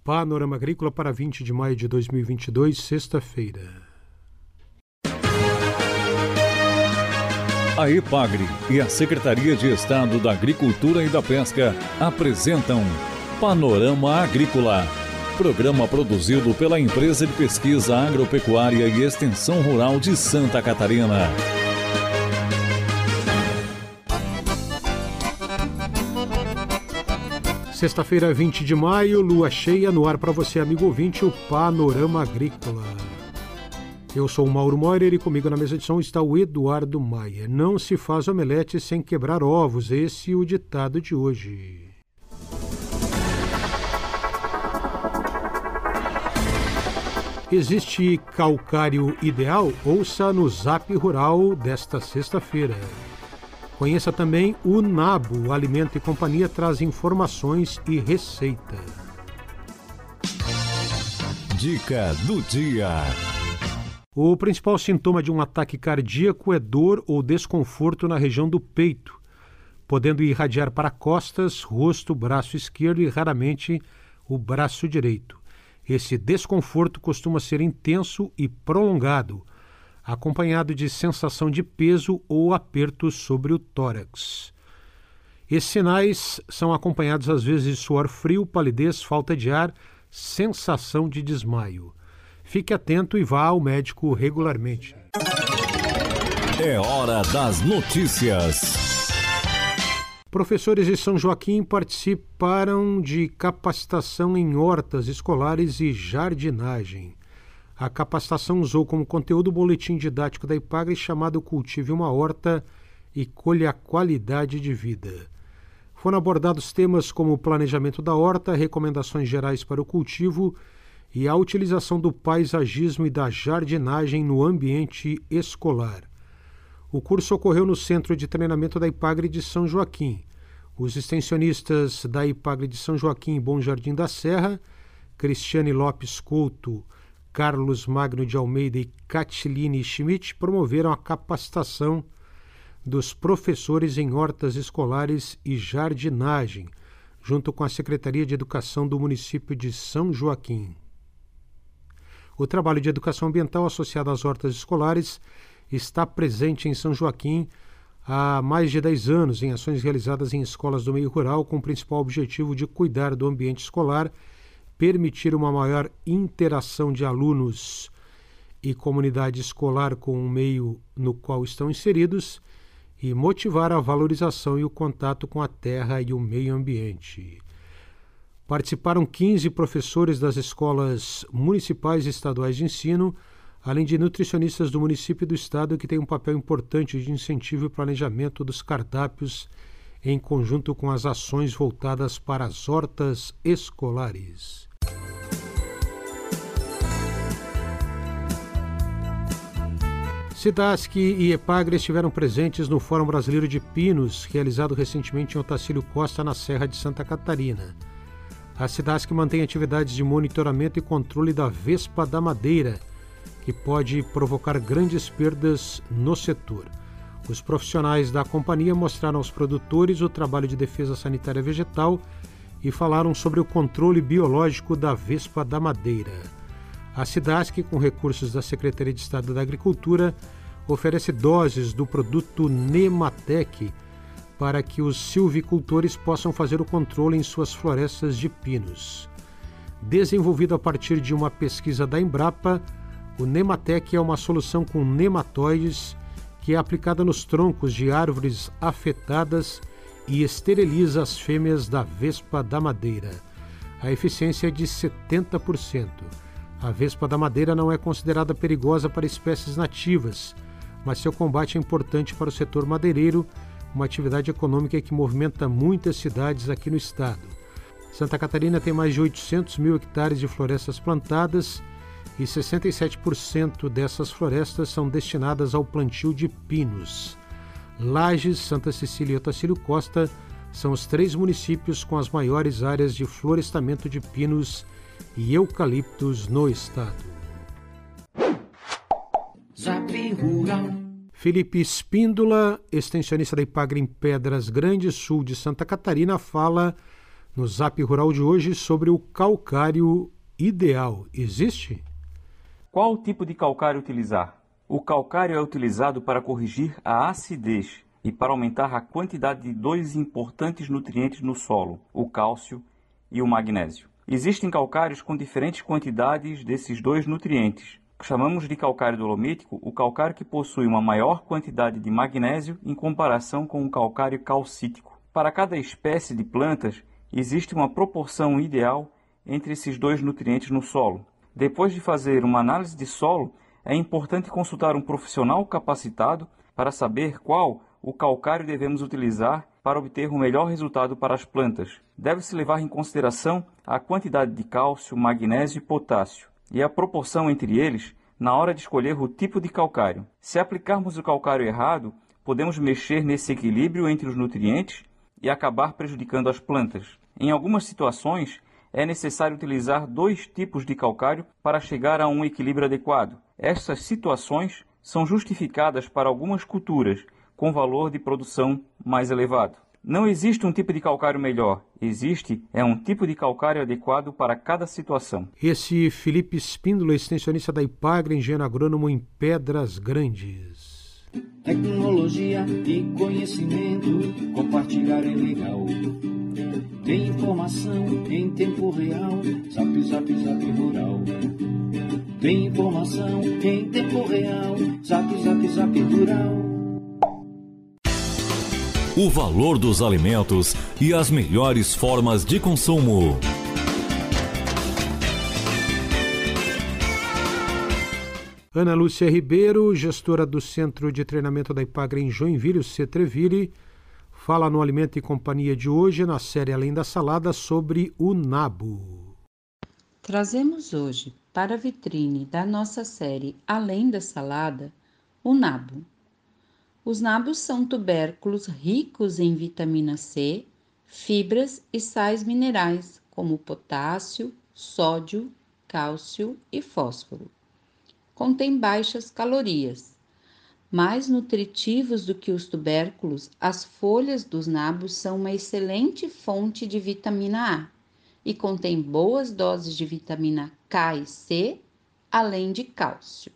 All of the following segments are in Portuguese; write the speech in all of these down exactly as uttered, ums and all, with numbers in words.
Panorama Agrícola para vinte de maio de dois mil e vinte e dois, sexta-feira. A EPAGRE e a Secretaria de Estado da Agricultura e da Pesca apresentam Panorama Agrícola, programa produzido pela Empresa de Pesquisa Agropecuária e Extensão Rural de Santa Catarina. Sexta-feira, vinte de maio, lua cheia, no ar para você, amigo ouvinte, o Panorama Agrícola. Eu sou o Mauro Moirer e comigo na mesa de som está o Eduardo Maia. Não se faz omelete sem quebrar ovos, esse é o ditado de hoje. Existe calcário ideal? Ouça no Zap Rural desta sexta-feira. Conheça também o Nabo, o Alimento e Companhia traz informações e receita. Dica do dia. O principal sintoma de um ataque cardíaco é dor ou desconforto na região do peito, podendo irradiar para costas, rosto, braço esquerdo e raramente o braço direito. Esse desconforto costuma ser intenso e prolongado, acompanhado de sensação de peso ou aperto sobre o tórax. Esses sinais são acompanhados às vezes de suor frio, palidez, falta de ar, sensação de desmaio. Fique atento e vá ao médico regularmente. É hora das notícias. Professores de São Joaquim participaram de capacitação em hortas escolares e jardinagem. A capacitação usou como conteúdo o boletim didático da EPAGRE chamado Cultive uma Horta e Colha a Qualidade de Vida. Foram abordados temas como o planejamento da horta, recomendações gerais para o cultivo e a utilização do paisagismo e da jardinagem no ambiente escolar. O curso ocorreu no Centro de Treinamento da EPAGRE de São Joaquim. Os extensionistas da EPAGRE de São Joaquim e Bom Jardim da Serra, Cristiane Lopes Couto, Carlos Magno de Almeida e Catiline Schmidt promoveram a capacitação dos professores em hortas escolares e jardinagem, junto com a Secretaria de Educação do município de São Joaquim. O trabalho de educação ambiental associado às hortas escolares está presente em São Joaquim há mais de dez anos em ações realizadas em escolas do meio rural com o principal objetivo de cuidar do ambiente escolar, permitir uma maior interação de alunos e comunidade escolar com o meio no qual estão inseridos e motivar a valorização e o contato com a terra e o meio ambiente. Participaram quinze professores das escolas municipais e estaduais de ensino, além de nutricionistas do município e do estado que têm um papel importante de incentivo e planejamento dos cardápios em conjunto com as ações voltadas para as hortas escolares. SIDASC e EPAGRE estiveram presentes no Fórum Brasileiro de Pinos, realizado recentemente em Otacílio Costa, na Serra de Santa Catarina. A SIDASC mantém atividades de monitoramento e controle da vespa da madeira, que pode provocar grandes perdas no setor. Os profissionais da companhia mostraram aos produtores o trabalho de defesa sanitária vegetal e falaram sobre o controle biológico da vespa da madeira. A SIDASC, com recursos da Secretaria de Estado da Agricultura, oferece doses do produto Nematec para que os silvicultores possam fazer o controle em suas florestas de pinos. Desenvolvido a partir de uma pesquisa da Embrapa, o Nematec é uma solução com nematóides que é aplicada nos troncos de árvores afetadas e esteriliza as fêmeas da vespa da madeira. A eficiência é de setenta por cento. A vespa da madeira não é considerada perigosa para espécies nativas, mas seu combate é importante para o setor madeireiro, uma atividade econômica que movimenta muitas cidades aqui no estado. Santa Catarina tem mais de oitocentos mil hectares de florestas plantadas e sessenta e sete por cento dessas florestas são destinadas ao plantio de pinos. Lages, Santa Cecília e Otacílio Costa são os três municípios com as maiores áreas de florestamento de pinos e eucaliptos no estado. Felipe Espíndola, extensionista da EPAGRE em Pedras Grandes, sul de Santa Catarina, fala No Zap Rural de hoje, sobre o calcário ideal. Existe? Qual tipo de calcário utilizar? O calcário é utilizado para corrigir a acidez e para aumentar a quantidade de dois importantes nutrientes no solo, o cálcio e o magnésio. Existem calcários com diferentes quantidades desses dois nutrientes. Chamamos de calcário dolomítico o calcário que possui uma maior quantidade de magnésio em comparação com o calcário calcítico. Para cada espécie de plantas, existe uma proporção ideal entre esses dois nutrientes no solo. Depois de fazer uma análise de solo, é importante consultar um profissional capacitado para saber qual o calcário devemos utilizar para obter o melhor resultado para as plantas. Deve-se levar em consideração a quantidade de cálcio, magnésio e potássio e a proporção entre eles na hora de escolher o tipo de calcário. Se aplicarmos o calcário errado, podemos mexer nesse equilíbrio entre os nutrientes e acabar prejudicando as plantas. Em algumas situações, é necessário utilizar dois tipos de calcário para chegar a um equilíbrio adequado. Estas situações são justificadas para algumas culturas com valor de produção mais elevado. Não existe um tipo de calcário melhor, existe é um tipo de calcário adequado para cada situação. Esse Felipe Espíndola, extensionista da Ipagre, engenheiro agrônomo em Pedras Grandes. Tecnologia e conhecimento, compartilhar é legal. Tem informação em tempo real, Zap, Zap, Zap Rural. Tem informação em tempo real, Zap, Zap, Zap Rural. O valor dos alimentos e as melhores formas de consumo. Ana Lúcia Ribeiro, gestora do Centro de Treinamento da Ipagre em Joinville, o Cetreville, fala no Alimento e Companhia de hoje, na série Além da Salada, sobre o nabo. Trazemos hoje para a vitrine da nossa série Além da Salada, o nabo. Os nabos são tubérculos ricos em vitamina C, fibras e sais minerais, como potássio, sódio, cálcio e fósforo. Contém baixas calorias. Mais nutritivos do que os tubérculos, as folhas dos nabos são uma excelente fonte de vitamina A e contém boas doses de vitamina K e C, além de cálcio.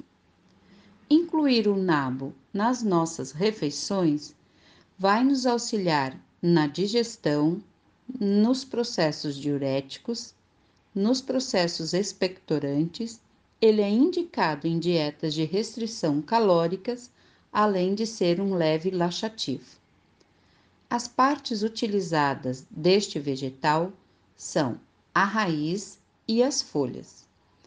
Incluir o nabo nas nossas refeições vai nos auxiliar na digestão, nos processos diuréticos, nos processos expectorantes. Ele é indicado em dietas de restrição calóricas, além de ser um leve laxativo. As partes utilizadas deste vegetal são a raiz e as folhas.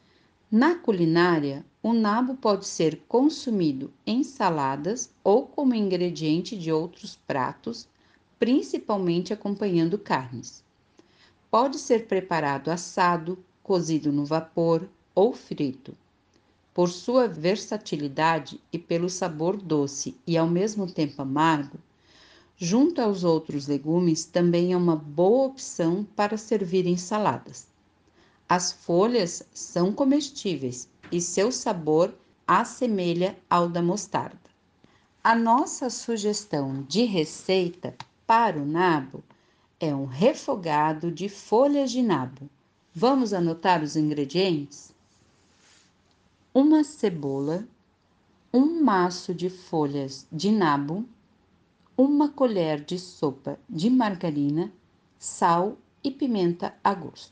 Na culinária, o nabo pode ser consumido em saladas ou como ingrediente de outros pratos, principalmente acompanhando carnes. Pode ser preparado assado, cozido no vapor ou frito. Por sua versatilidade e pelo sabor doce e ao mesmo tempo amargo, junto aos outros legumes também é uma boa opção para servir em saladas. As folhas são comestíveis e seu sabor assemelha ao da mostarda. A nossa sugestão de receita para o nabo é um refogado de folhas de nabo. Vamos anotar os ingredientes? Uma cebola, um maço de folhas de nabo, uma colher de sopa de margarina, sal e pimenta a gosto.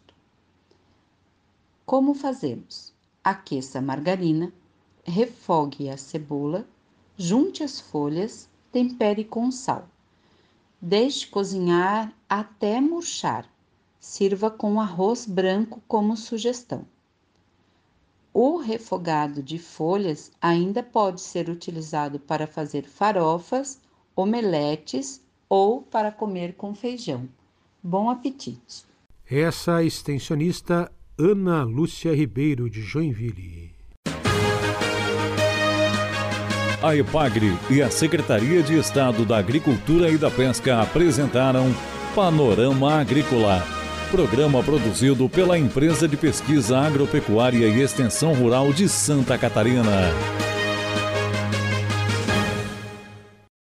Como fazemos? Aqueça a margarina, refogue a cebola, junte as folhas, tempere com sal. Deixe cozinhar até murchar. Sirva com arroz branco como sugestão. O refogado de folhas ainda pode ser utilizado para fazer farofas, omeletes ou para comer com feijão. Bom apetite! Essa extensionista Ana Lúcia Ribeiro, de Joinville. A Ipagre e a Secretaria de Estado da Agricultura e da Pesca apresentaram Panorama Agrícola, programa produzido pela Empresa de Pesquisa Agropecuária e Extensão Rural de Santa Catarina.